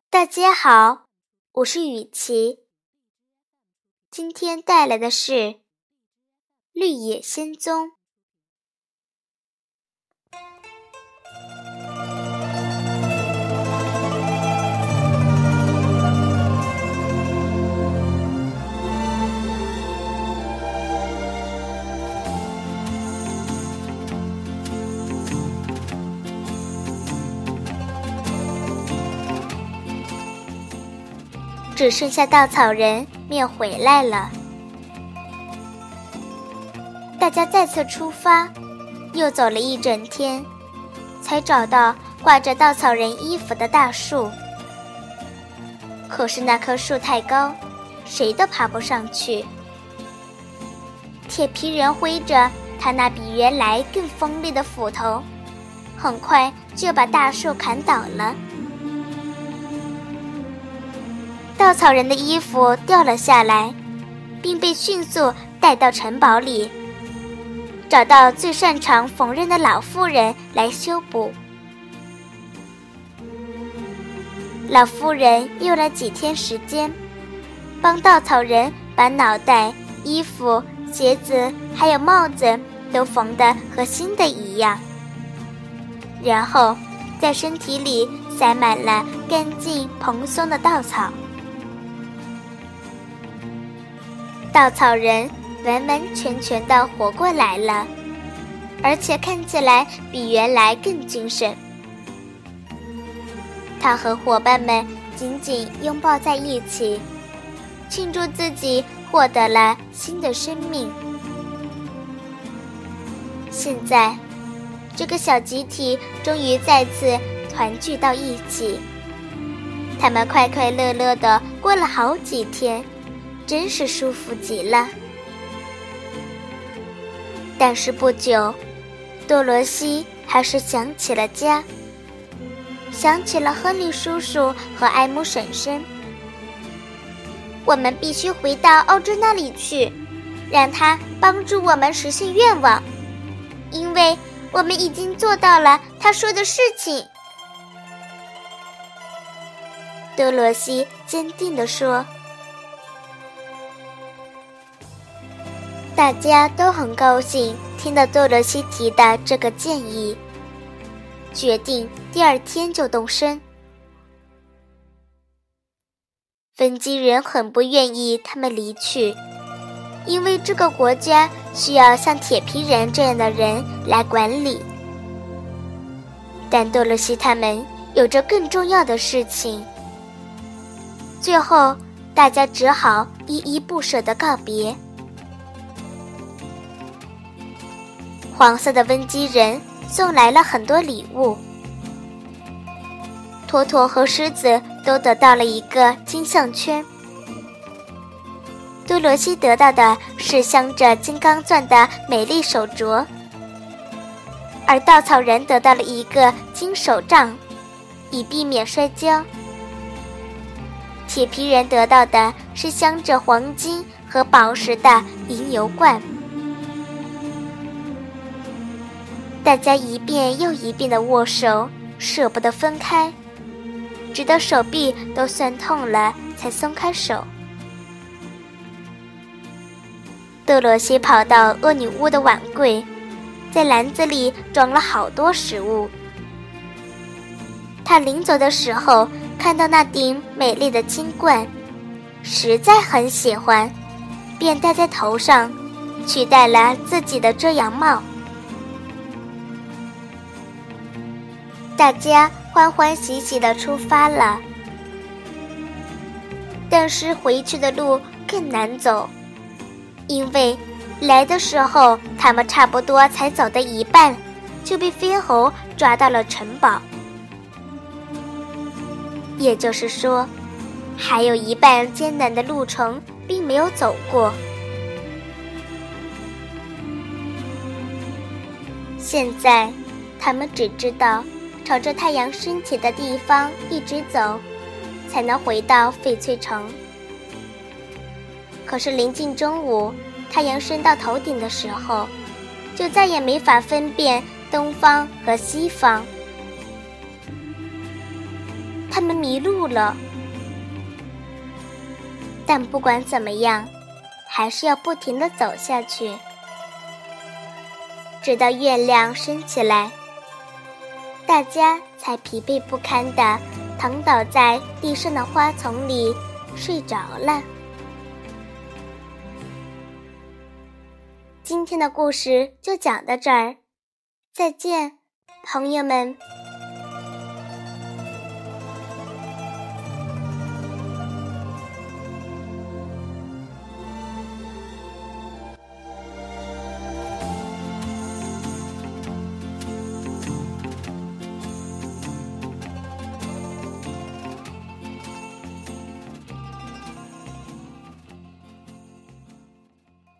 大家好，我是雨琪。今天带来的是《绿野仙踪》。只剩下稻草人没有回来了。大家再次出发，又走了一整天，才找到挂着稻草人衣服的大树。可是那棵树太高，谁都爬不上去。铁皮人挥着他那比原来更锋利的斧头，很快就把大树砍倒了。稻草人的衣服掉了下来，并被迅速带到城堡里，找到最擅长缝纫的老妇人来修补。老妇人用了几天时间，帮稻草人把脑袋、衣服、鞋子还有帽子都缝得和新的一样，然后在身体里塞满了干净蓬松的稻草。稻草人完完全全地活过来了，而且看起来比原来更精神。他和伙伴们紧紧拥抱在一起，庆祝自己获得了新的生命。现在，这个小集体终于再次团聚到一起，他们快快乐乐地过了好几天，真是舒服极了。但是不久，多罗西还是想起了家，想起了亨利叔叔和艾姆婶婶。我们必须回到奥兹那里去，让他帮助我们实现愿望，因为我们已经做到了他说的事情。多罗西坚定地说。大家都很高兴听到多罗西提的这个建议，决定第二天就动身。芬基人很不愿意他们离去，因为这个国家需要像铁皮人这样的人来管理。但多罗西他们有着更重要的事情，最后大家只好依依不舍地告别。黄色的温基人送来了很多礼物，托托和狮子都得到了一个金项圈，多罗西得到的是镶着金刚钻的美丽手镯，而稻草人得到了一个金手杖，以避免摔跤。铁皮人得到的是镶着黄金和宝石的银油罐。大家一遍又一遍地握手，舍不得分开，直到手臂都酸痛了才松开手。多罗西跑到恶女巫的碗柜，在篮子里装了好多食物。他临走的时候看到那顶美丽的金冠，实在很喜欢，便戴在头上，取代了自己的遮阳帽。大家欢欢喜喜地出发了，但是回去的路更难走，因为来的时候他们差不多才走的一半，就被飞猴抓到了城堡。也就是说，还有一半艰难的路程并没有走过。现在他们只知道朝着太阳升起的地方一直走，才能回到翡翠城。可是临近中午，太阳升到头顶的时候，就再也没法分辨东方和西方。 他们迷路了。但不管怎么样，还是要不停地走下去，直到月亮升起来，大家才疲惫不堪地躺倒在地上的花丛里睡着了。今天的故事就讲到这儿，再见，朋友们。